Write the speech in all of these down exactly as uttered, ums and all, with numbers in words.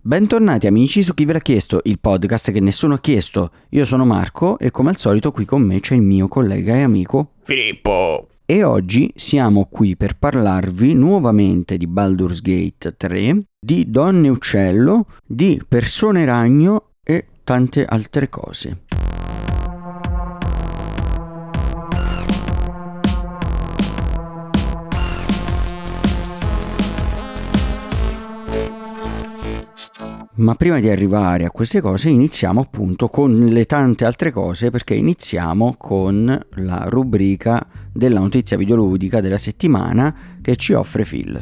Bentornati amici su Chi ve l'ha chiesto, il podcast che nessuno ha chiesto. Io sono Marco e come al solito qui con me c'è il mio collega e amico Filippo. E oggi siamo qui per parlarvi nuovamente di Baldur's Gate tre, di Donne Uccello, di Persone Ragno e tante altre cose. Ma prima di arrivare a queste cose iniziamo appunto con le tante altre cose, perché iniziamo con la rubrica della notizia videoludica della settimana che ci offre Phil.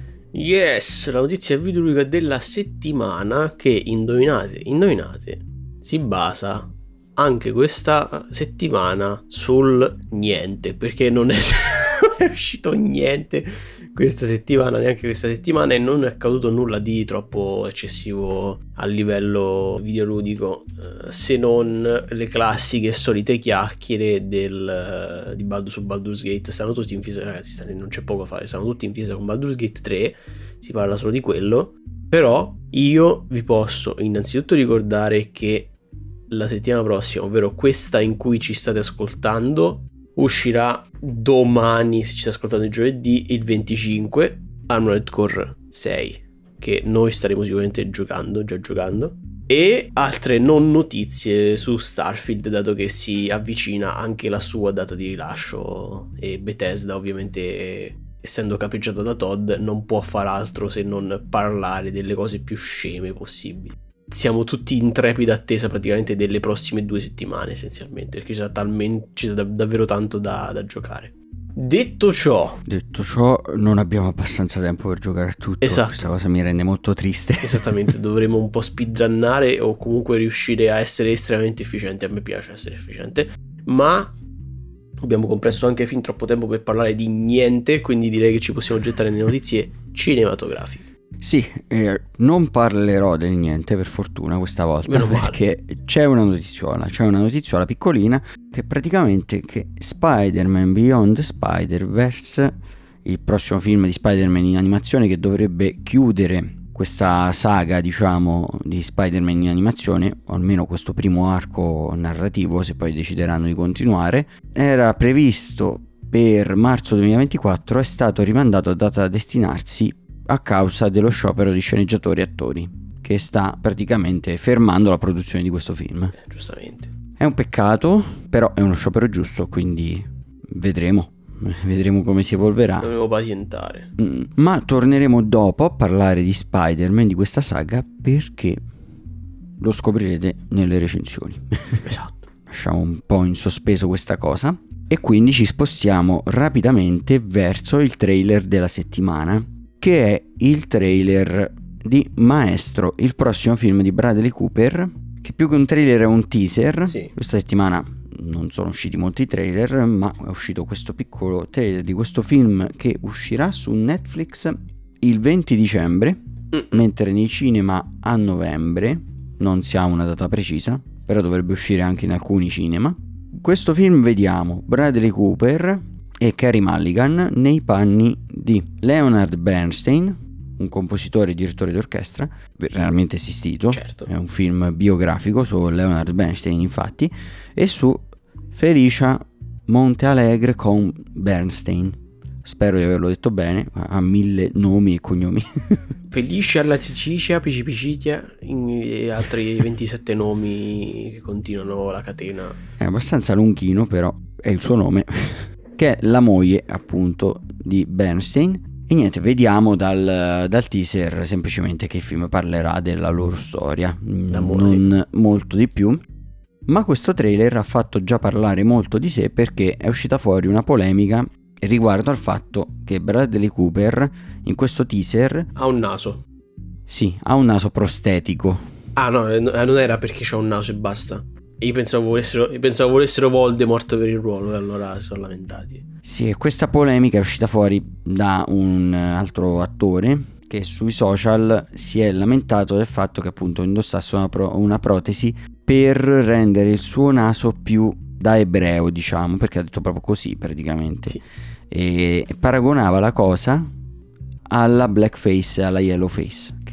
Yes, la notizia videoludica della settimana che, indovinate, indovinate, si basa anche questa settimana sul niente, perché non è, non è uscito niente questa settimana, neanche questa settimana, e non è accaduto nulla di troppo eccessivo a livello videoludico, eh, se non le classiche solite chiacchiere del, di Baldur su Baldur's Gate. Stanno tutti in fisa, ragazzi, stanno, non c'è poco a fare, stanno tutti in fisa con Baldur's Gate tre, si parla solo di quello. Però io vi posso innanzitutto ricordare che la settimana prossima, ovvero questa in cui ci state ascoltando, uscirà domani, se ci state ascoltando il giovedì, il venticinque, Armored Core sei, che noi staremo sicuramente giocando, già giocando, e altre non notizie su Starfield, dato che si avvicina anche la sua data di rilascio e Bethesda, ovviamente, essendo capeggiata da Todd, non può far altro se non parlare delle cose più sceme possibili. Siamo tutti in trepida attesa praticamente delle prossime due settimane, essenzialmente, perché c'è talmente, c'è davvero tanto da, da giocare. Detto ciò, Detto ciò, non abbiamo abbastanza tempo per giocare a tutto. Esatto. Questa cosa mi rende molto triste. Esattamente, dovremo un po' speedrunnare o comunque riuscire a essere estremamente efficienti. A me piace essere efficiente, ma abbiamo compresso anche fin troppo tempo per parlare di niente, quindi direi che ci possiamo gettare nelle notizie cinematografiche. Sì, eh, non parlerò del niente per fortuna questa volta. Meno male. Perché c'è una notiziola, c'è una notiziola piccolina che praticamente che Spider-Man Beyond the Spider-Verse, il prossimo film di Spider-Man in animazione che dovrebbe chiudere questa saga, diciamo, di Spider-Man in animazione, o almeno questo primo arco narrativo, se poi decideranno di continuare, era previsto per marzo duemilaventiquattro, è stato rimandato a data da destinarsi a causa dello sciopero di sceneggiatori e attori che sta praticamente fermando la produzione di questo film. Eh, giustamente. È un peccato, però è uno sciopero giusto, quindi vedremo, vedremo come si evolverà. Dovremo pazientare. Mm, ma torneremo dopo a parlare di Spider-Man, di questa saga, perché lo scoprirete nelle recensioni. Esatto. Lasciamo un po' in sospeso questa cosa e quindi ci spostiamo rapidamente verso il trailer della settimana, che è il trailer di Maestro, il prossimo film di Bradley Cooper, che più che un trailer è un teaser. Sì. Questa settimana non sono usciti molti trailer, ma è uscito questo piccolo trailer di questo film che uscirà su Netflix il venti dicembre, Mm. mentre nei cinema a novembre, non si ha una data precisa, però dovrebbe uscire anche in alcuni cinema. Questo film vediamo Bradley Cooper e Carey Mulligan nei panni di Leonard Bernstein, un compositore e direttore d'orchestra realmente esistito. Certo. È un film biografico su Leonard Bernstein, infatti, e su Felicia Montealegre con Bernstein. Spero di averlo detto bene, ha mille nomi e cognomi. Felicia, Leticia, Picipicitia e altri ventisette nomi che continuano la catena. È abbastanza lunghino, però è il suo nome. Che è la moglie appunto di Bernstein. E niente, vediamo dal, dal teaser semplicemente che il film parlerà della loro storia, D'amore. non molto di più. Ma questo trailer ha fatto già parlare molto di sé, perché è uscita fuori una polemica riguardo al fatto che Bradley Cooper in questo teaser Ha un naso. sì, ha un naso prostetico. Ah no, eh, non era perché c'ha un naso e basta. Io pensavo volessero, io pensavo volessero Voldemort per il ruolo, e allora si sono lamentati. Sì, e questa polemica è uscita fuori da un altro attore che sui social si è lamentato del fatto che appunto indossasse una, pro- una protesi per rendere il suo naso più da ebreo, diciamo, perché ha detto proprio così praticamente. Sì. E paragonava la cosa alla blackface e alla yellowface, che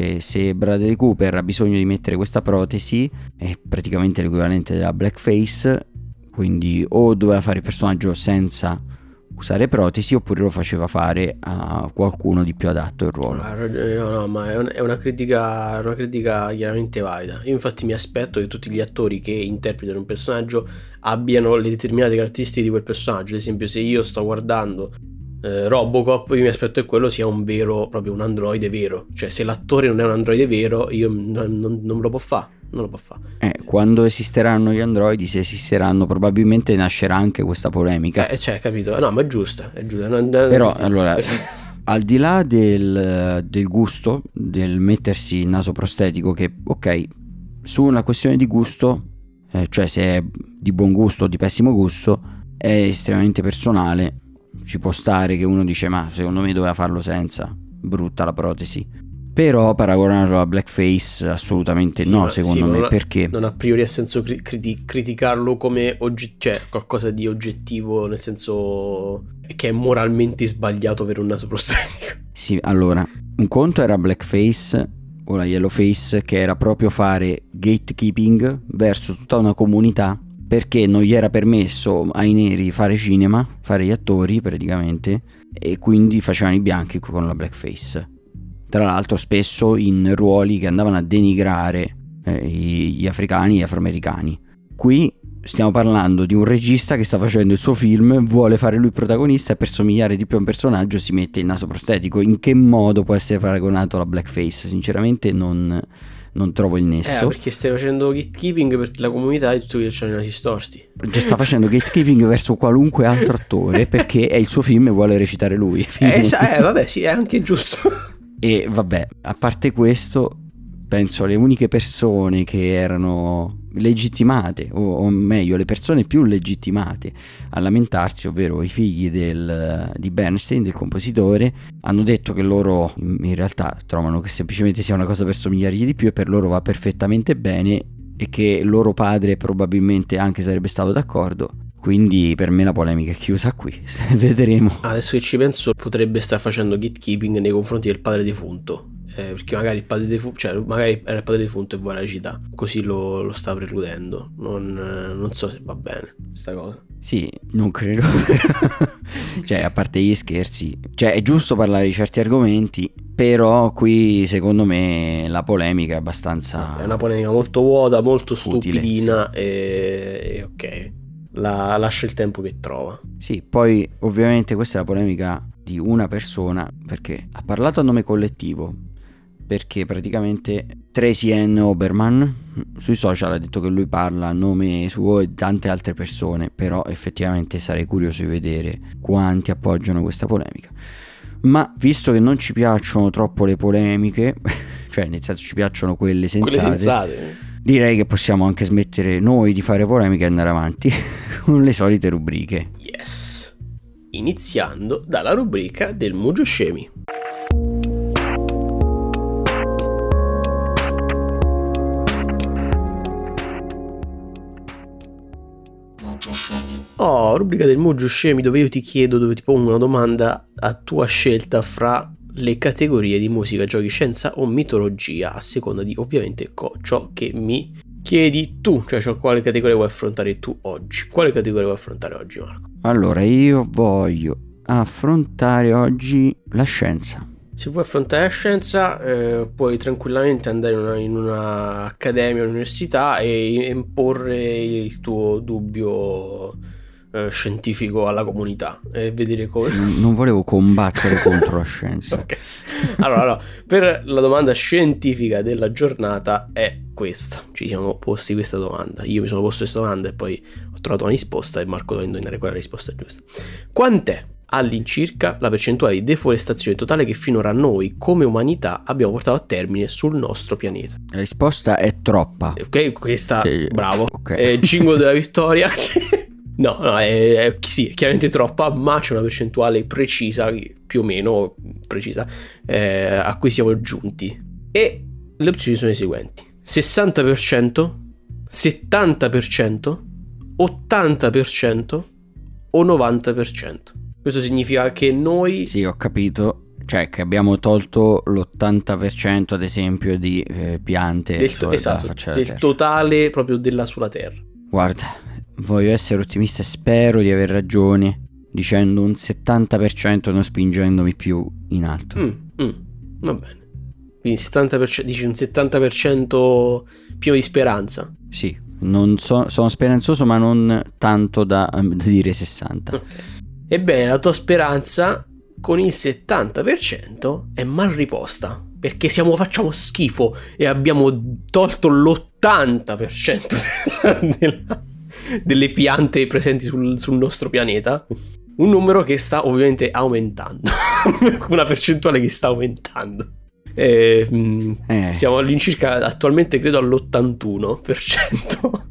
che se Bradley Cooper ha bisogno di mettere questa protesi è praticamente l'equivalente della blackface, quindi o doveva fare il personaggio senza usare protesi oppure lo faceva fare a qualcuno di più adatto al ruolo. No, no, ma è, un, è una critica una critica chiaramente valida. Io infatti mi aspetto che tutti gli attori che interpretano un personaggio abbiano le determinate caratteristiche di quel personaggio. Ad esempio, se io sto guardando eh, Robocop, io mi aspetto che quello sia un vero, proprio un androide vero. Cioè, se l'attore non è un androide vero, io non, non, non me lo può fare. Non lo può fare. Eh, quando esisteranno gli androidi, se esisteranno, probabilmente nascerà anche questa polemica. Eh, cioè, capito? No, ma è giusta, è giusta. Però, allora, al di là del, del gusto, del mettersi il naso prostetico, che, ok, su una questione di gusto, eh, cioè se è di buon gusto o di pessimo gusto, è estremamente personale. Ci può stare che uno dice, ma secondo me doveva farlo senza, brutta la protesi. Però paragonarlo a blackface assolutamente sì, no, secondo sì, me, non ha, perché non a priori ha senso criti- criticarlo come ogge- cioè qualcosa di oggettivo, nel senso che è moralmente sbagliato avere un naso prostetico. Sì, allora, un conto era blackface o la yellowface, che era proprio fare gatekeeping verso tutta una comunità, perché non gli era permesso ai neri fare cinema, fare gli attori praticamente, e quindi facevano i bianchi con la blackface. Tra l'altro spesso in ruoli che andavano a denigrare eh, gli africani e gli afroamericani. Qui stiamo parlando di un regista che sta facendo il suo film, vuole fare lui protagonista e per somigliare di più a un personaggio si mette il naso prostetico. In che modo può essere paragonato alla blackface? Sinceramente non, non trovo il nesso. Eh, perché stai facendo gatekeeping per la comunità e tutti quelli che hanno i nasi storti. Cioè sta facendo gatekeeping verso qualunque altro attore perché è il suo film e vuole recitare lui. Eh, eh vabbè, sì, è anche giusto. E vabbè, a parte questo, penso le uniche persone che erano legittimate, o, o meglio, le persone più legittimate a lamentarsi, ovvero i figli del, di Bernstein, del compositore, hanno detto che loro in, in realtà trovano che semplicemente sia una cosa per somigliargli di più e per loro va perfettamente bene e che loro padre probabilmente anche sarebbe stato d'accordo. Quindi per me la polemica è chiusa qui, vedremo. Adesso che ci penso, potrebbe star facendo gatekeeping nei confronti del padre defunto, eh, perché magari il padre defunto, cioè magari era il padre defunto e vuole la città, così lo, lo sta precludendo. Non, eh, non so se va bene questa cosa. Sì, non credo. Cioè, a parte gli scherzi, cioè è giusto parlare di certi argomenti, però qui secondo me la polemica è abbastanza... È una polemica molto vuota, molto futile, stupidina, sì. e, e ok. La, lascia il tempo che trova. Sì, poi ovviamente questa è la polemica di una persona, perché ha parlato a nome collettivo, perché praticamente Tracy Ann Oberman sui social ha detto che lui parla a nome suo e tante altre persone, però effettivamente sarei curioso di vedere quanti appoggiano questa polemica. Ma visto che non ci piacciono troppo le polemiche, cioè nel senso ci piacciono quelle sensate, quelle sensate. Direi che possiamo anche smettere noi di fare polemiche e andare avanti con le solite rubriche. Yes. Iniziando dalla rubrica del Mugio Scemi. Oh, rubrica del Mugio Scemi, dove io ti chiedo, dove ti pongo una domanda a tua scelta fra le categorie di musica, giochi, scienza o mitologia, a seconda di ovviamente co- ciò che mi chiedi tu, cioè, cioè quale categoria vuoi affrontare tu oggi. Quale categoria vuoi affrontare oggi, Marco? Allora, io voglio affrontare oggi la scienza. Se vuoi affrontare la scienza, eh, puoi tranquillamente andare in una, in una accademia, università e imporre il tuo dubbio eh, scientifico alla comunità e vedere come... Non volevo combattere contro la scienza. Okay. Allora, no, per la domanda scientifica della giornata è questa. Ci siamo posti questa domanda. Io mi sono posto questa domanda e poi ho trovato una risposta e Marco doveva indovinare qual è la risposta giusta. Quant'è all'incirca la percentuale di deforestazione totale che finora noi come umanità abbiamo portato a termine sul nostro pianeta? La risposta è troppa. Ok, questa, Sì, bravo. okay. È il jingle della vittoria. No, no, è, è, sì, è chiaramente troppa, ma c'è una percentuale precisa, più o meno precisa, eh, a cui siamo giunti. E le opzioni sono le seguenti: sessanta per cento, settanta per cento, ottanta per cento o novanta per cento. Questo significa che noi... Sì, ho capito. cioè che abbiamo tolto l'ottanta per cento ad esempio di eh, piante del, sulla, esatto, faccia del della Terra. Totale proprio della sulla Terra. Guarda, voglio essere ottimista e spero di aver ragione dicendo un settanta per cento, non spingendomi più in alto. Mm, mm, va bene. Quindi settanta per cento, dici un settanta per cento pieno di speranza. Sì, non so, sono speranzoso ma non tanto da, da dire sessanta. Okay. Ebbene, la tua speranza con il settanta per cento è mal riposta, perché siamo, facciamo schifo e abbiamo tolto l'ottanta per cento della, delle piante presenti sul, sul nostro pianeta. Un numero che sta ovviamente aumentando, una percentuale che sta aumentando. E, mh, eh. Siamo all'incirca attualmente credo all'ottantuno per cento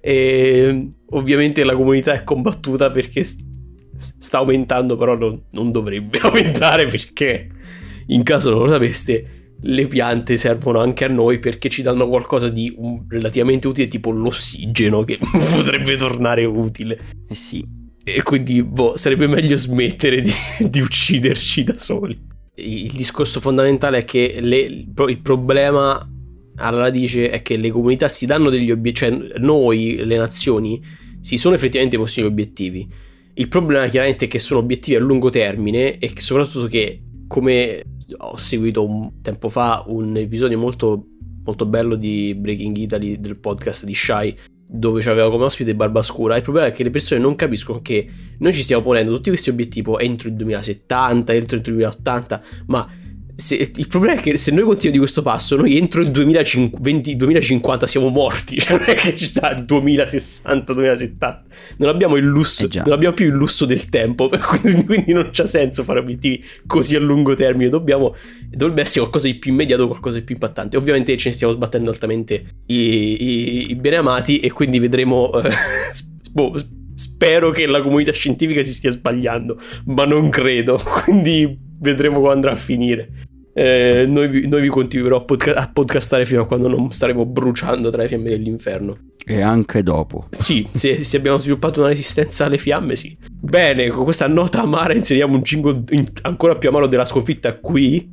e ovviamente la comunità è combattuta perché st- sta aumentando, però non, non dovrebbe aumentare, perché in caso non lo sapeste le piante servono anche a noi perché ci danno qualcosa di um, relativamente utile, tipo l'ossigeno, che potrebbe tornare utile. Eh sì. E quindi boh, sarebbe meglio smettere di, di ucciderci da soli. Il discorso fondamentale è che le, il problema alla radice è che le comunità si danno degli obiettivi, cioè noi, le nazioni, si sono effettivamente posti gli obiettivi. Il problema chiaramente è che sono obiettivi a lungo termine e soprattutto che, come ho seguito un tempo fa un episodio molto, molto bello di Breaking Italy, del podcast di Shai, dove c'aveva come ospite Barbascura. Il problema è che le persone non capiscono che noi ci stiamo ponendo tutti questi obiettivi entro il duemilasettanta, entro il duemilaottanta, ma se, il problema è che se noi continuiamo di questo passo, noi entro il duemilacinquanta siamo morti, cioè non è che ci sta il duemilasessanta, duemilasettanta, non abbiamo il lusso, eh non abbiamo più il lusso del tempo, quindi, quindi non c'ha senso fare obiettivi così a lungo termine. Dobbiamo, dovrebbe essere qualcosa di più immediato, qualcosa di più impattante. Ovviamente ce ne stiamo sbattendo altamente i, i, i beneamati, e quindi vedremo eh, boh, spero che la comunità scientifica si stia sbagliando, ma non credo, quindi vedremo come andrà a finire. Eh, noi, vi, noi vi continuerò a, podca- a podcastare fino a quando non staremo bruciando tra le fiamme dell'inferno. E anche dopo. Sì, se, se abbiamo sviluppato una resistenza alle fiamme, sì. Bene, con questa nota amara inseriamo un jingle ancora più amaro della sconfitta qui.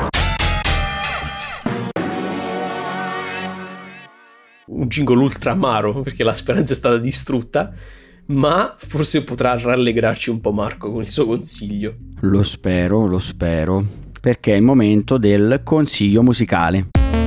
Un jingle ultra amaro, perché la speranza è stata distrutta, ma forse potrà rallegrarci un po' Marco con il suo consiglio. Lo spero, lo spero, perché è il momento del consiglio musicale.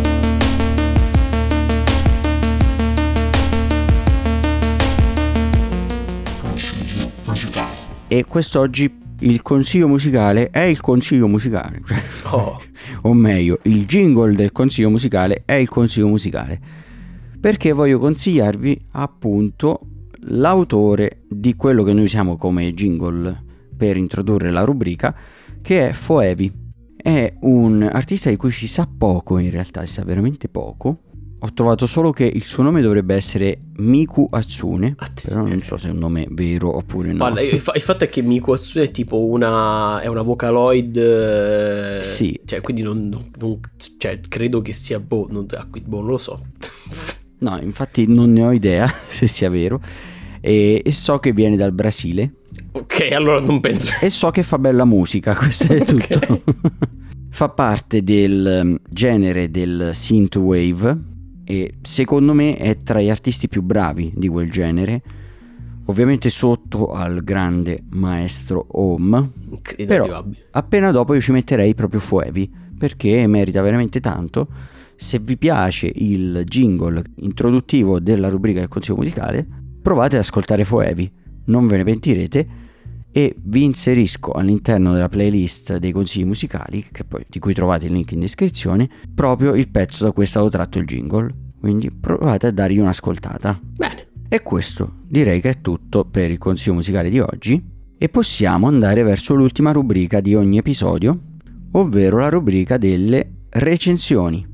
Consiglio musicale. E quest'oggi il consiglio musicale è il consiglio musicale, cioè, oh. o meglio, il jingle del consiglio musicale è il consiglio musicale, perché voglio consigliarvi appunto l'autore di quello che noi usiamo come jingle per introdurre la rubrica, che è Phoebe. È un artista di cui si sa poco, in realtà si sa veramente poco. Ho trovato solo che il suo nome dovrebbe essere Miku Hatsune, Attenzione. Però non so se è un nome vero oppure no. Guarda, il, fa- il fatto è che Miku Hatsune è tipo una è una Vocaloid, eh, sì, cioè quindi non, non, non cioè credo che sia boh non, boh, non lo so. No, infatti non ne ho idea se sia vero. E, e so che viene dal Brasile. Ok, allora non penso. E so che fa bella musica, questo è tutto. Okay. Fa parte del genere del synthwave e secondo me è tra gli artisti più bravi di quel genere, ovviamente sotto al grande maestro Om. Però appena dopo io ci metterei proprio Phoebe, perché merita veramente tanto. Se vi piace il jingle introduttivo della rubrica del consiglio musicale, provate ad ascoltare Phoebe, non ve ne pentirete. E vi inserisco all'interno della playlist dei consigli musicali, che poi, di cui trovate il link in descrizione, proprio il pezzo da cui è stato tratto il jingle, quindi provate a dargli un'ascoltata. Bene. E questo direi che è tutto per il consiglio musicale di oggi, e possiamo andare verso l'ultima rubrica di ogni episodio, ovvero la rubrica delle recensioni.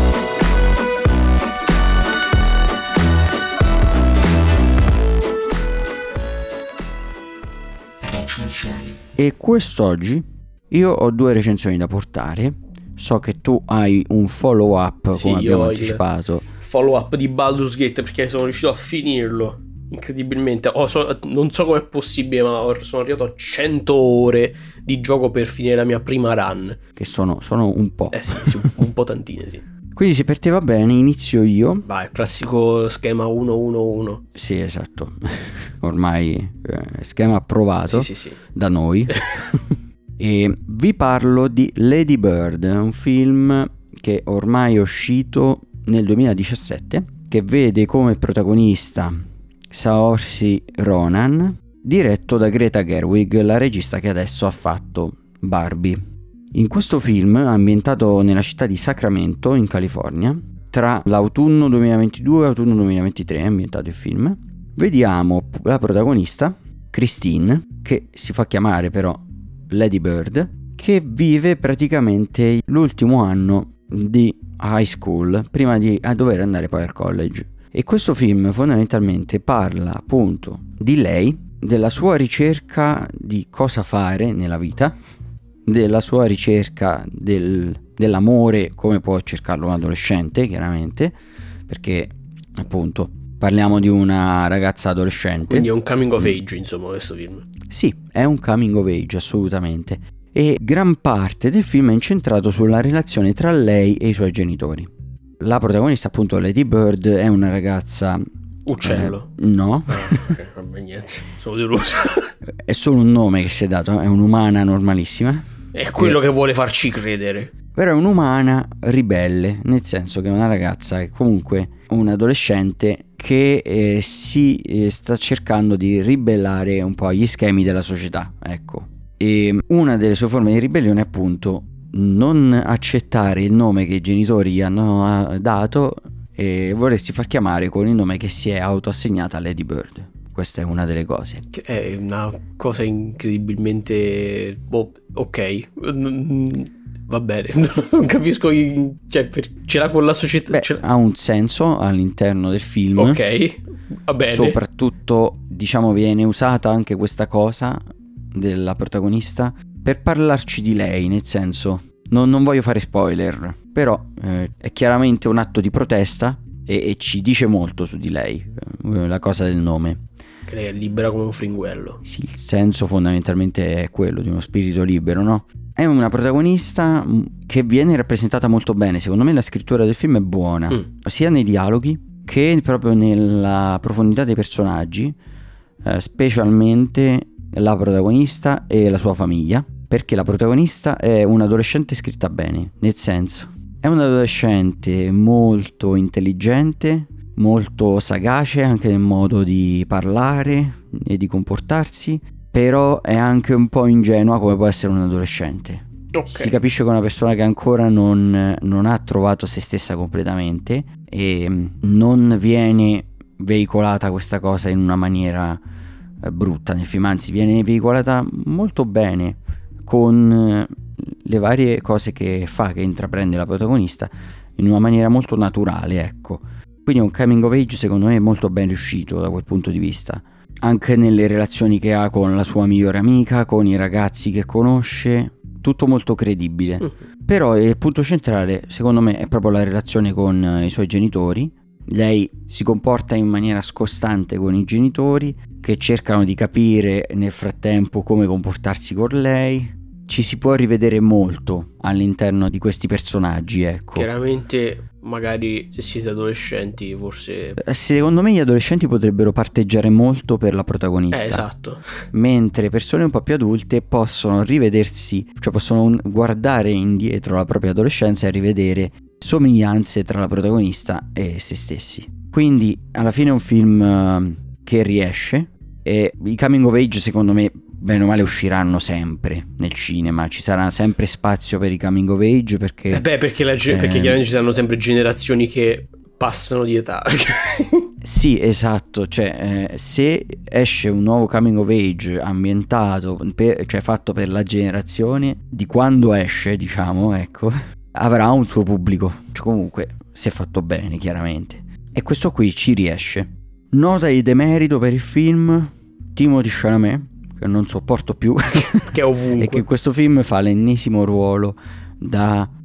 E quest'oggi io ho due recensioni da portare. So che tu hai un follow up, sì, come abbiamo anticipato. Follow up di Baldur's Gate, perché sono riuscito a finirlo. incredibilmente. Oh, so, non so com'è possibile, ma sono arrivato a cento ore di gioco per finire la mia prima run. Che sono, sono un po'. Eh sì, sì un, un po' tantine, sì. Quindi se per te va bene, inizio io. Vai, classico schema uno uno uno. Sì, esatto. Ormai eh, schema approvato sì, sì, sì. da noi. E vi parlo di Lady Bird, un film che ormai è uscito nel duemiladiciassette, che vede come protagonista Saoirse Ronan, diretto da Greta Gerwig, la regista che adesso ha fatto Barbie. In questo film, ambientato nella città di Sacramento, in California, tra l'autunno duemilaventidue e l'autunno duemilaventitré è ambientato il film, vediamo la protagonista, Christine, che si fa chiamare però Lady Bird, che vive praticamente l'ultimo anno di high school prima di a dover andare poi al college. E questo film fondamentalmente parla appunto di lei, della sua ricerca di cosa fare nella vita, della sua ricerca del, dell'amore come può cercarlo un adolescente, chiaramente, perché appunto parliamo di una ragazza adolescente. Quindi è un coming of age, insomma, questo film. Sì, è un coming of age, assolutamente. E gran parte del film è incentrato sulla relazione tra lei e i suoi genitori. La protagonista, appunto, Lady Bird, è una ragazza... Uccello? Eh, no. Ah, ok, vabbè, niente, sono deluso. È solo un nome che si è dato, è un'umana normalissima. È quello che vuole farci credere. Però è un'umana ribelle, nel senso che è una ragazza, è comunque un adolescente che eh, si eh, sta cercando di ribellare un po' agli schemi della società, ecco. E una delle sue forme di ribellione è appunto non accettare il nome che i genitori gli hanno dato e volersi far chiamare con il nome che si è autoassegnata Lady Bird. Questa è una delle cose. Che è una cosa incredibilmente... Oh, ok, va bene, non capisco, cioè per... ce l'ha con la società. Beh, ce ha un senso all'interno del film. Ok, va bene. Soprattutto, diciamo, viene usata anche questa cosa della protagonista per parlarci di lei, nel senso, non, non voglio fare spoiler, però eh, è chiaramente un atto di protesta e, e ci dice molto su di lei, eh, la cosa del nome. Che lei è libera come un fringuello. Sì, il senso fondamentalmente è quello di uno spirito libero, no? È una protagonista che viene rappresentata molto bene. Secondo me la scrittura del film è buona, mm. sia nei dialoghi che proprio nella profondità dei personaggi, eh, specialmente la protagonista e la sua famiglia, perché la protagonista è un'adolescente scritta bene, nel senso, è un'adolescente molto intelligente, molto sagace anche nel modo di parlare e di comportarsi, però è anche un po' ingenua come può essere un adolescente. Okay. Si capisce che è una persona che ancora non, non ha trovato se stessa completamente e non viene veicolata questa cosa in una maniera eh, brutta nel film, anzi viene veicolata molto bene con le varie cose che fa, che intraprende la protagonista in una maniera molto naturale, ecco. Quindi è un coming of age secondo me molto ben riuscito da quel punto di vista, anche nelle relazioni che ha con la sua migliore amica, con i ragazzi che conosce, tutto molto credibile. Mm. Però il punto centrale secondo me è proprio la relazione con i suoi genitori. Lei si comporta in maniera scostante con i genitori che cercano di capire nel frattempo come comportarsi con lei. Ci si può rivedere molto all'interno di questi personaggi, ecco. Chiaramente, magari se siete adolescenti, forse... Secondo me gli adolescenti potrebbero parteggiare molto per la protagonista. Eh, esatto. Mentre persone un po' più adulte possono rivedersi, cioè possono guardare indietro la propria adolescenza e rivedere somiglianze tra la protagonista e se stessi. Quindi, alla fine è un film che riesce e i coming of age, secondo me, bene o male usciranno sempre nel cinema, ci sarà sempre spazio per i coming of age perché eh beh perché, la, ge- eh, perché chiaramente ci saranno sempre generazioni che passano di età. Sì, esatto, cioè eh, se esce un nuovo coming of age ambientato per, cioè fatto per la generazione di quando esce, diciamo, ecco, avrà un suo pubblico, cioè, comunque se è fatto bene chiaramente, e questo qui ci riesce. Nota di demerito per il film: Timothée Chalamet, che non sopporto più, che è ovunque, e che in questo film fa l'ennesimo ruolo da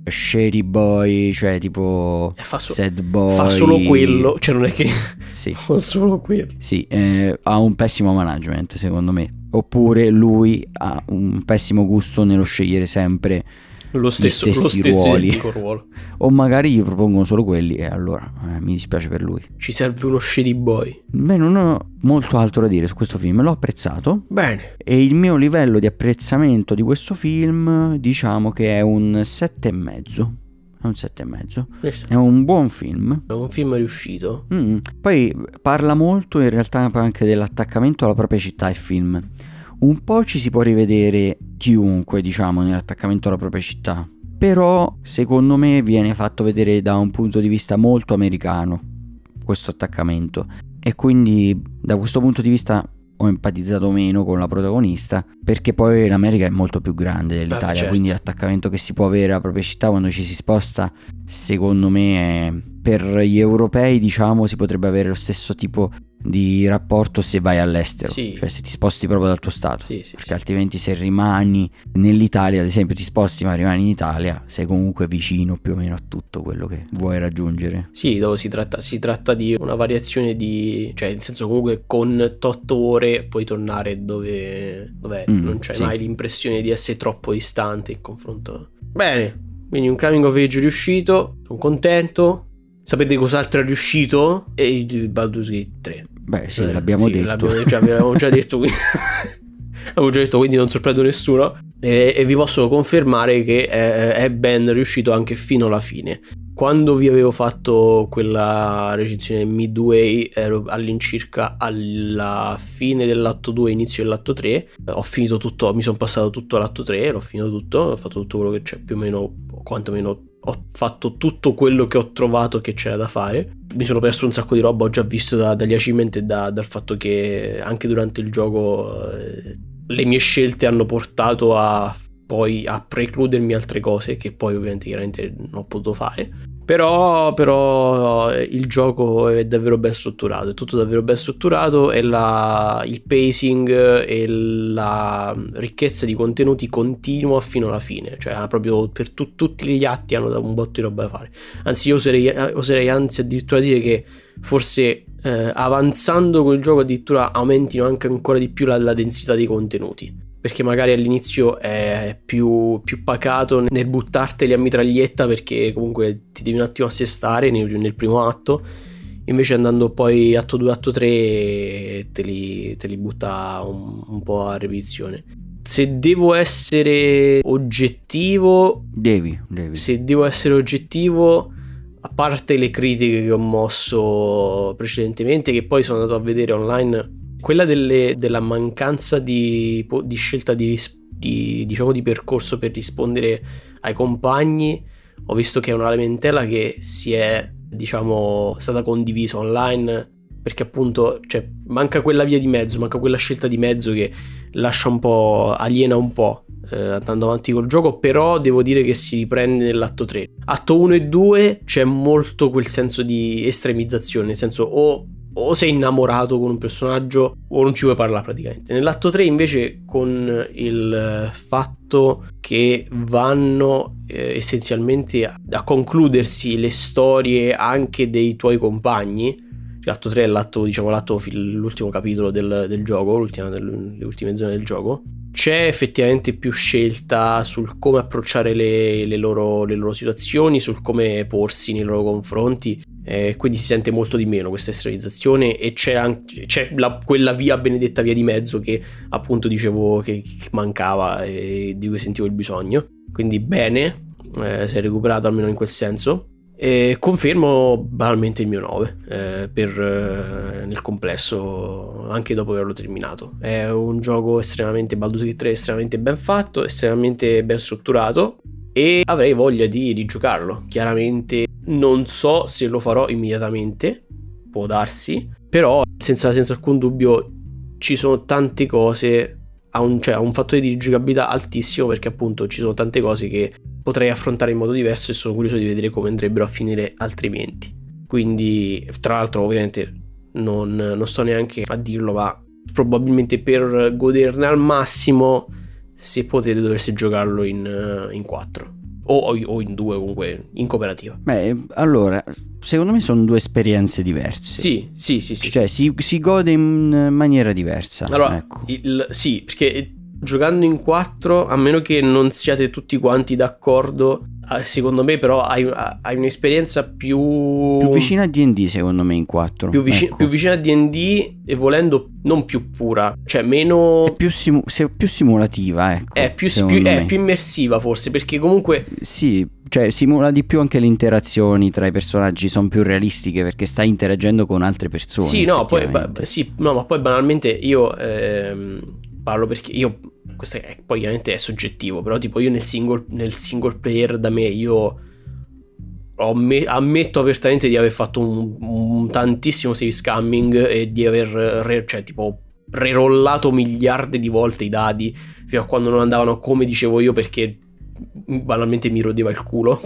shady boy, cioè tipo eh, fa, so- sad boy. fa solo quello, cioè non è che sì. fa solo quello. Sì, eh, ha un pessimo management secondo me, oppure lui ha un pessimo gusto nello scegliere sempre lo stesso, gli stessi lo stesso ruoli. identico ruolo. O magari gli propongono solo quelli e allora eh, mi dispiace per lui. Ci serve uno shady boy. Beh, non ho molto altro da dire su questo film, l'ho apprezzato. Bene. E il mio livello di apprezzamento di questo film, diciamo che è un sette e mezzo. È un sette e mezzo. È un buon film. È un film riuscito. Mm. Poi parla molto in realtà anche dell'attaccamento alla propria città il film. Un po' ci si può rivedere chiunque, diciamo, nell'attaccamento alla propria città. Però, secondo me, viene fatto vedere da un punto di vista molto americano questo attaccamento. E quindi, da questo punto di vista, ho empatizzato meno con la protagonista, perché poi l'America è molto più grande dell'Italia. Beh, certo. Quindi l'attaccamento che si può avere alla propria città quando ci si sposta, secondo me, è... per gli europei, diciamo, si potrebbe avere lo stesso tipo di rapporto se vai all'estero, sì. Cioè se ti sposti proprio dal tuo stato, sì, sì, perché sì. altrimenti se rimani nell'Italia, ad esempio ti sposti ma rimani in Italia, sei comunque vicino più o meno a tutto quello che vuoi raggiungere. Sì, dove si tratta, si tratta di una variazione di, cioè nel senso comunque con otto ore puoi tornare dove, dove Mm, non c'è sì. mai l'impressione di essere troppo distante in confronto. Bene, quindi un coming of age riuscito, sono contento. Sapete cos'altro è riuscito? E il Baldur's Gate tre. Beh sì, Eh, l'abbiamo sì, detto. L'abbiamo già, l'abbiamo già detto, quindi l'avevo già detto, quindi non sorprendo nessuno. E, e vi posso confermare che è, è ben riuscito anche fino alla fine. Quando vi avevo fatto quella recensione Midway ero all'incirca alla fine dell'atto due, inizio dell'atto tre. Ho finito tutto, mi sono passato tutto all'atto tre, l'ho finito tutto, ho fatto tutto quello che c'è, più o meno, o quantomeno ho fatto tutto quello che ho trovato che c'era da fare. Mi sono perso un sacco di roba, ho già visto da, dagli achievement e da, dal fatto che anche durante il gioco eh, le mie scelte hanno portato a poi a precludermi altre cose che poi ovviamente chiaramente non ho potuto fare. Però, però il gioco è davvero ben strutturato, è tutto davvero ben strutturato e la, il pacing e la ricchezza di contenuti continua fino alla fine, cioè proprio per tu, tutti gli atti hanno un botto di roba da fare. Anzi io oserei, oserei anzi addirittura dire che forse eh, avanzando col gioco addirittura aumentino anche ancora di più la, la densità dei contenuti, perché magari all'inizio è più, più pacato nel buttarteli a mitraglietta perché comunque ti devi un attimo assestare nel, nel primo atto, invece andando poi atto due, atto tre te li, te li butta un, un po' a ripetizione. Se devo essere oggettivo Devi, devi. Se devo essere oggettivo, a parte le critiche che ho mosso precedentemente, che poi sono andato a vedere online, quella delle, della mancanza di, di scelta di, di, diciamo, di percorso per rispondere ai compagni, ho visto che è una lamentela che si è, diciamo, stata condivisa online, perché appunto cioè, manca quella via di mezzo, manca quella scelta di mezzo che lascia un po', aliena un po' eh, andando avanti col gioco. Però devo dire che si riprende nell'atto tre. Atto uno e due c'è molto quel senso di estremizzazione, nel senso o o sei innamorato con un personaggio o non ci puoi parlare praticamente. Nell'atto tre invece, con il fatto che vanno eh, essenzialmente a, a concludersi le storie anche dei tuoi compagni, l'atto tre è l'atto, diciamo, l'atto l'ultimo capitolo del, del gioco, l'ultima delle, le ultime zone del gioco, c'è effettivamente più scelta sul come approcciare le, le, loro, le loro situazioni, sul come porsi nei loro confronti, eh, quindi si sente molto di meno questa estremizzazione e c'è anche c'è la, quella via benedetta via di mezzo che appunto dicevo che, che mancava e di cui sentivo il bisogno. Quindi bene, eh, si è recuperato almeno in quel senso. E confermo banalmente il mio nove eh, per eh, nel complesso, anche dopo averlo terminato. È un gioco estremamente, Baldur's Gate tre estremamente ben fatto, estremamente ben strutturato e avrei voglia di rigiocarlo. Chiaramente non so se lo farò immediatamente, può darsi, però senza, senza alcun dubbio ci sono tante cose, ha un, cioè, ha un fattore di rigiocabilità altissimo, perché appunto ci sono tante cose che potrei affrontare in modo diverso e sono curioso di vedere come andrebbero a finire altrimenti. Quindi, tra l'altro, ovviamente non, non sto neanche a dirlo, ma probabilmente per goderne al massimo, se potete dovreste giocarlo in, in quattro. o, o in due, comunque in cooperativa. Beh, allora, secondo me sono due esperienze diverse. Sì, sì, sì, sì. Cioè si, si gode in maniera diversa. Allora, ecco. il, sì, perché giocando in quattro, a meno che non siate tutti quanti d'accordo, secondo me però hai, hai un'esperienza più... Più vicina a D and D secondo me in quattro. Più, vici- ecco. più vicina a D and D e volendo non più pura, cioè meno... È più, simu- se- più simulativa, ecco. È più, secondo più, è me. più immersiva forse, perché comunque... Sì, cioè simula di più anche le interazioni tra i personaggi, sono più realistiche perché stai interagendo con altre persone. Sì, no, poi, ba- effettivamente. sì, no, ma poi banalmente io ehm, parlo perché io... Questo è, poi chiaramente è soggettivo, però tipo io nel single, nel single player da me io ho me, ammetto apertamente di aver fatto un, un tantissimo save scamming e di aver re, cioè tipo rerollato miliardi di volte i dadi fino a quando non andavano come dicevo io, perché banalmente mi rodeva il culo.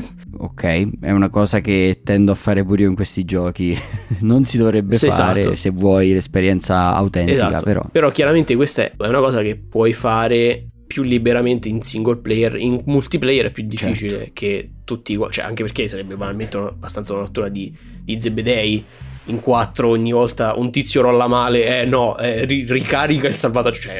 Ok, è una cosa che tendo a fare pure io in questi giochi. Non si dovrebbe Sì, fare, esatto. se vuoi l'esperienza autentica, Esatto. però. Però chiaramente questa è una cosa che puoi fare più liberamente in single player. In multiplayer è più difficile, Certo. che tutti, cioè anche perché sarebbe banalmente una, abbastanza una rottura di, di zebedei. In quattro ogni volta un tizio rolla male, eh no, eh, ri- ricarica il salvataggio, cioè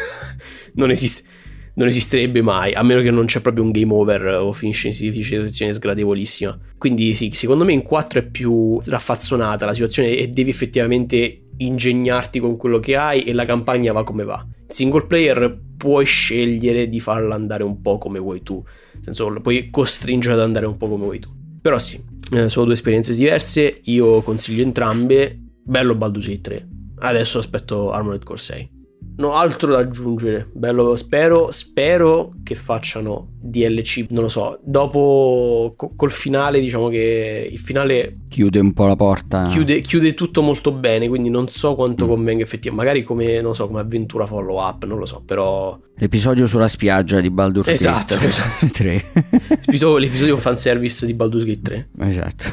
non esiste. Non esisterebbe mai, a meno che non c'è proprio un game over o finisce in situazione sgradevolissima. Quindi sì, secondo me in quattro è più raffazzonata la situazione e devi effettivamente ingegnarti con quello che hai e la campagna va come va. Single player puoi scegliere di farla andare un po' come vuoi tu, nel senso puoi costringere ad andare un po' come vuoi tu. Però sì, eh, sono due esperienze diverse, io consiglio entrambe. Bello Baldur's Gate tre, adesso aspetto Armored Core sei. No, altro da aggiungere. Bello, spero, spero che facciano D L C, non lo so, dopo co- col finale, diciamo che il finale Chiude un po' la porta. chiude, chiude tutto molto bene, quindi non so quanto Mm. convenga effettivamente, magari come, non so, come avventura follow up, non lo so, però L'episodio sulla spiaggia di Baldur's esatto, Gate esatto. tre. L'episodio, l'episodio fanservice di Baldur's Gate tre. Esatto.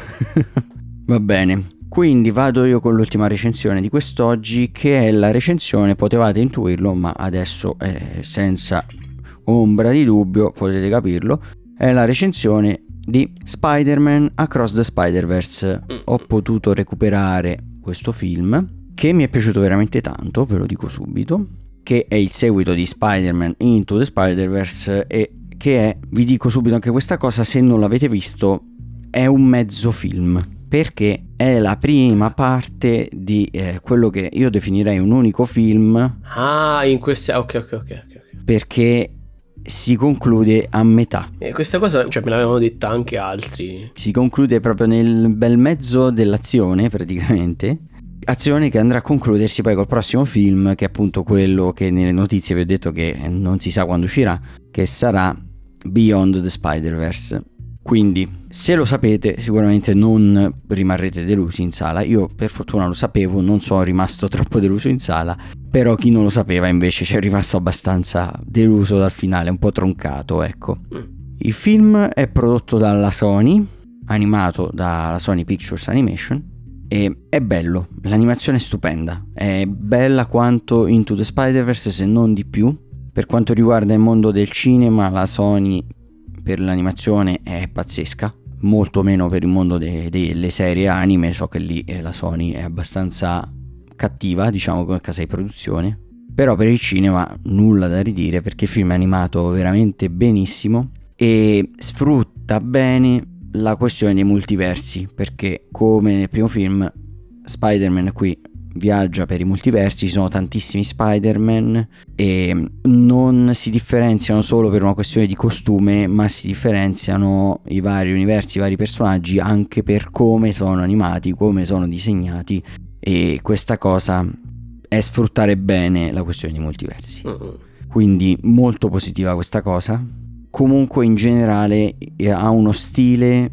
Va bene. Quindi vado io con l'ultima recensione di quest'oggi, che è la recensione, potevate intuirlo, ma adesso eh, senza ombra di dubbio potete capirlo, è la recensione di Spider-Man Across the Spider-Verse. Ho potuto recuperare questo film, che mi è piaciuto veramente tanto, ve lo dico subito, che è il seguito di Spider-Man Into the Spider-Verse e che è, vi dico subito anche questa cosa, se non l'avete visto, è un mezzo film, perché è la prima parte di eh, quello che io definirei un unico film. Ah, in questa... ok, ok, ok, ok. Perché si conclude a metà. E questa cosa, cioè, me l'avevano detta anche altri. Si conclude proprio nel bel mezzo dell'azione, praticamente. Azione che andrà a concludersi poi col prossimo film, che è appunto quello che nelle notizie vi ho detto che non si sa quando uscirà, che sarà Beyond the Spider-Verse. Quindi, se lo sapete, sicuramente non rimarrete delusi in sala. Io per fortuna lo sapevo, non sono rimasto troppo deluso in sala, però chi non lo sapeva invece ci è rimasto abbastanza deluso dal finale, un po' troncato, ecco. Il film è prodotto dalla Sony, animato dalla Sony Pictures Animation, e è bello, l'animazione è stupenda, è bella quanto Into the Spider-Verse, se non di più. Per quanto riguarda il mondo del cinema, la Sony per l'animazione è pazzesca, molto meno per il mondo de- delle serie anime. So che lì eh, la Sony è abbastanza cattiva, diciamo, come casa di produzione, però per il cinema nulla da ridire, perché il film è animato veramente benissimo e sfrutta bene la questione dei multiversi, perché come nel primo film Spider-Man qui viaggia per i multiversi, ci sono tantissimi Spider-Man e non si differenziano solo per una questione di costume, ma si differenziano i vari universi, i vari personaggi anche per come sono animati, come sono disegnati, e questa cosa è sfruttare bene la questione dei multiversi. Quindi molto positiva questa cosa. Comunque in generale ha uno stile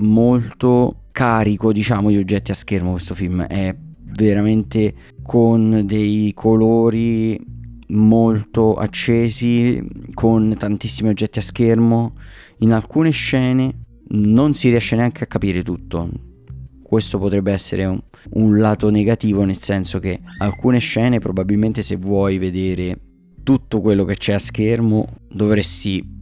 molto carico, diciamo, di oggetti a schermo. Questo film è veramente con dei colori molto accesi, con tantissimi oggetti a schermo. In alcune scene non si riesce neanche a capire tutto. Questo potrebbe essere un, un lato negativo, nel senso che alcune scene probabilmente, se vuoi vedere tutto quello che c'è a schermo, dovresti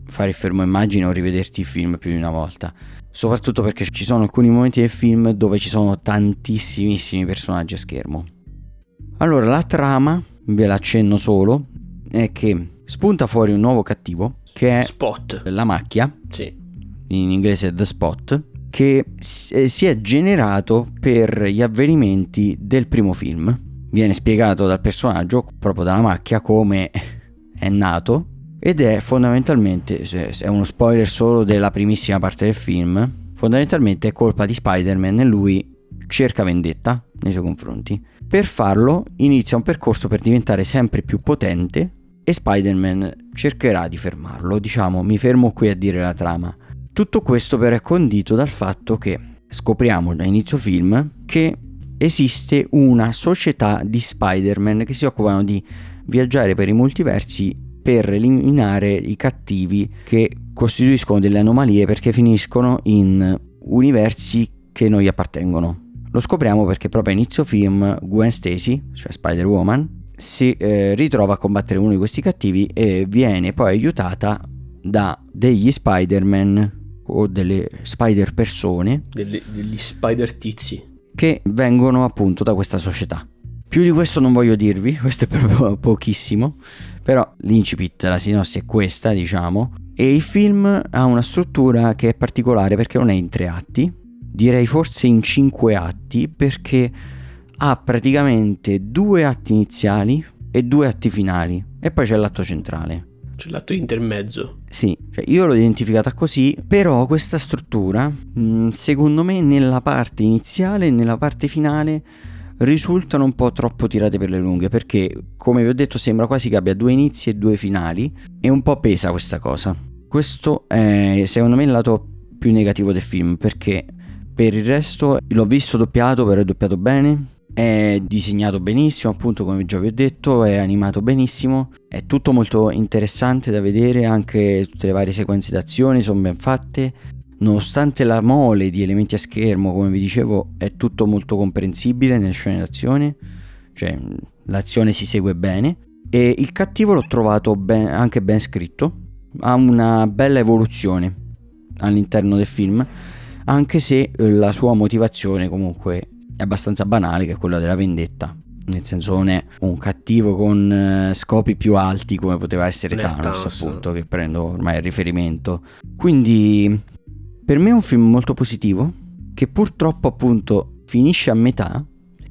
fare il fermo immagine o rivederti il film più di una volta, soprattutto perché ci sono alcuni momenti del film dove ci sono tantissimissimi personaggi a schermo. Allora, la trama, ve la accenno solo, è che spunta fuori un nuovo cattivo che è Spot, la macchia, sì, in inglese The Spot, che si è generato per gli avvenimenti del primo film. Viene spiegato dal personaggio, proprio dalla macchia, come è nato, ed è fondamentalmente, è uno spoiler solo della primissima parte del film, fondamentalmente è colpa di Spider-Man e lui cerca vendetta nei suoi confronti. Per farlo inizia un percorso per diventare sempre più potente e Spider-Man cercherà di fermarlo. Diciamo, mi fermo qui a dire la trama. Tutto questo però è condito dal fatto che scopriamo da inizio film che esiste una società di Spider-Man che si occupano di viaggiare per i multiversi per eliminare i cattivi che costituiscono delle anomalie, perché finiscono in universi che non gli appartengono. Lo scopriamo perché proprio a inizio film Gwen Stacy, cioè Spider-Woman, si eh, ritrova a combattere uno di questi cattivi e viene poi aiutata da degli Spider-Man o delle Spider persone, degli, degli Spider tizi, che vengono appunto da questa società. Più di questo non voglio dirvi, questo è proprio pochissimo, però l'incipit, la sinossi è questa, diciamo, e il film ha una struttura che è particolare perché non è in tre atti, direi forse in cinque atti, perché ha praticamente due atti iniziali e due atti finali e poi c'è l'atto centrale. C'è l'atto intermezzo. Sì, cioè io l'ho identificata così, però questa struttura, mh, secondo me, nella parte iniziale e nella parte finale risultano un po' troppo tirate per le lunghe, perché, come vi ho detto, sembra quasi che abbia due inizi e due finali e un po' pesa questa cosa. Questo è, secondo me, il lato più negativo del film, perché per il resto l'ho visto doppiato, però è doppiato bene. È disegnato benissimo, appunto, come già vi ho detto, è animato benissimo, è tutto molto interessante da vedere, anche tutte le varie sequenze d'azione sono ben fatte, nonostante la mole di elementi a schermo, come vi dicevo, è tutto molto comprensibile nelle scene d'azione, cioè l'azione si segue bene e il cattivo l'ho trovato ben, anche ben scritto, ha una bella evoluzione all'interno del film, anche se la sua motivazione comunque è abbastanza banale, che è quella della vendetta, nel senso non è un cattivo con uh, scopi più alti come poteva essere Thanos, Thanos, appunto, che prendo ormai il riferimento. Quindi per me è un film molto positivo, che purtroppo appunto finisce a metà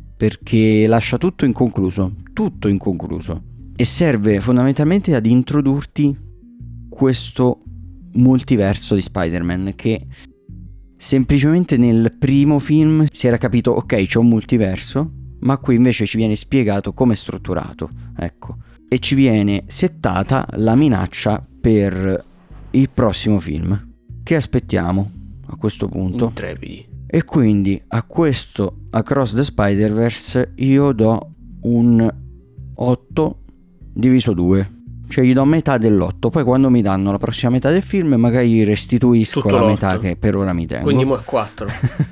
perché lascia tutto inconcluso, tutto inconcluso, e serve fondamentalmente ad introdurti questo multiverso di Spider-Man che semplicemente nel primo film si era capito, ok, c'è un multiverso, ma qui invece ci viene spiegato come è strutturato, ecco, e ci viene settata la minaccia per il prossimo film. Che aspettiamo a questo punto? Intrepidi. E quindi a questo Across the Spider-Verse io do un otto diviso due. Cioè gli do metà dell'otto. Poi quando mi danno la prossima metà del film magari restituisco tutto la l'otto. metà che per ora mi tengo. Quindi mo è quattro.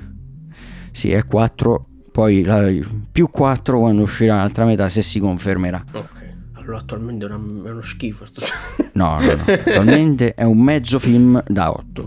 Sì, è quattro. Poi la, più quattro quando uscirà l'altra metà, se si confermerà. Ok. Allora attualmente è, una, è uno schifo sto... No, no, no. Attualmente è un mezzo film da otto.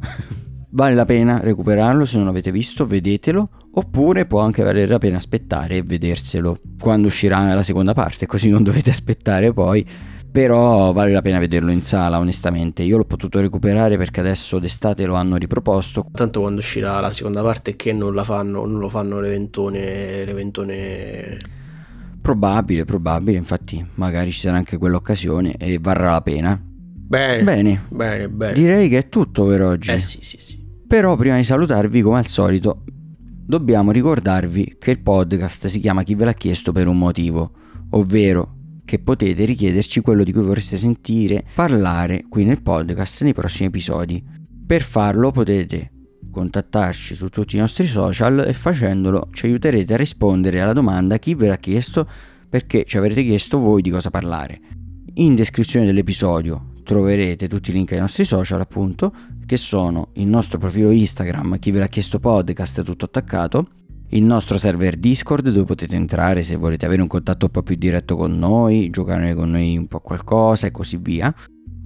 Vale la pena recuperarlo, se non l'avete visto vedetelo, oppure può anche valere la pena aspettare e vederselo quando uscirà la seconda parte, così non dovete aspettare poi. Però vale la pena vederlo in sala, onestamente. Io l'ho potuto recuperare perché adesso d'estate lo hanno riproposto. Tanto quando uscirà la seconda parte, che non la fanno, non lo fanno l'eventone, l'eventone... Probabile, probabile, infatti magari ci sarà anche quell'occasione e varrà la pena. Bene, bene, bene, bene. Direi che è tutto per oggi. Eh sì, sì, sì. Però prima di salutarvi, come al solito, dobbiamo ricordarvi che il podcast si chiama Chi ve l'ha chiesto per un motivo, ovvero che potete richiederci quello di cui vorreste sentire parlare qui nel podcast nei prossimi episodi. Per farlo potete contattarci su tutti i nostri social e facendolo ci aiuterete a rispondere alla domanda chi ve l'ha chiesto, perché ci avrete chiesto voi di cosa parlare. In descrizione dell'episodio troverete tutti i link ai nostri social, appunto, che sono il nostro profilo Instagram Chi ve l'ha chiesto podcast tutto attaccato, il nostro server Discord dove potete entrare se volete avere un contatto un po' più diretto con noi, giocare con noi un po' qualcosa e così via,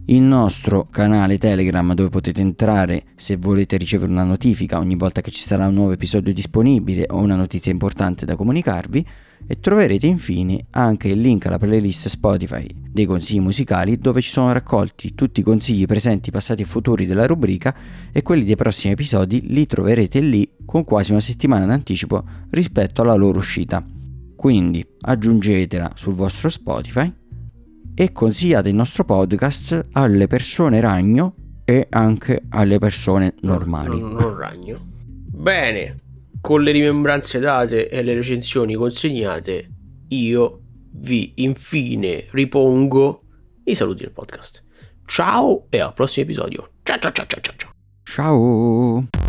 il nostro canale Telegram dove potete entrare se volete ricevere una notifica ogni volta che ci sarà un nuovo episodio disponibile o una notizia importante da comunicarvi, e troverete infine anche il link alla playlist Spotify dei consigli musicali dove ci sono raccolti tutti i consigli presenti, passati e futuri della rubrica, e quelli dei prossimi episodi li troverete lì con quasi una settimana d'anticipo rispetto alla loro uscita. Quindi aggiungetela sul vostro Spotify e consigliate il nostro podcast alle persone ragno e anche alle persone normali. Non, non, non ragno. Bene, con le rimembranze date e le recensioni consegnate, io vi infine ripongo i saluti del podcast. Ciao e al prossimo episodio. Ciao ciao ciao ciao ciao. Ciao.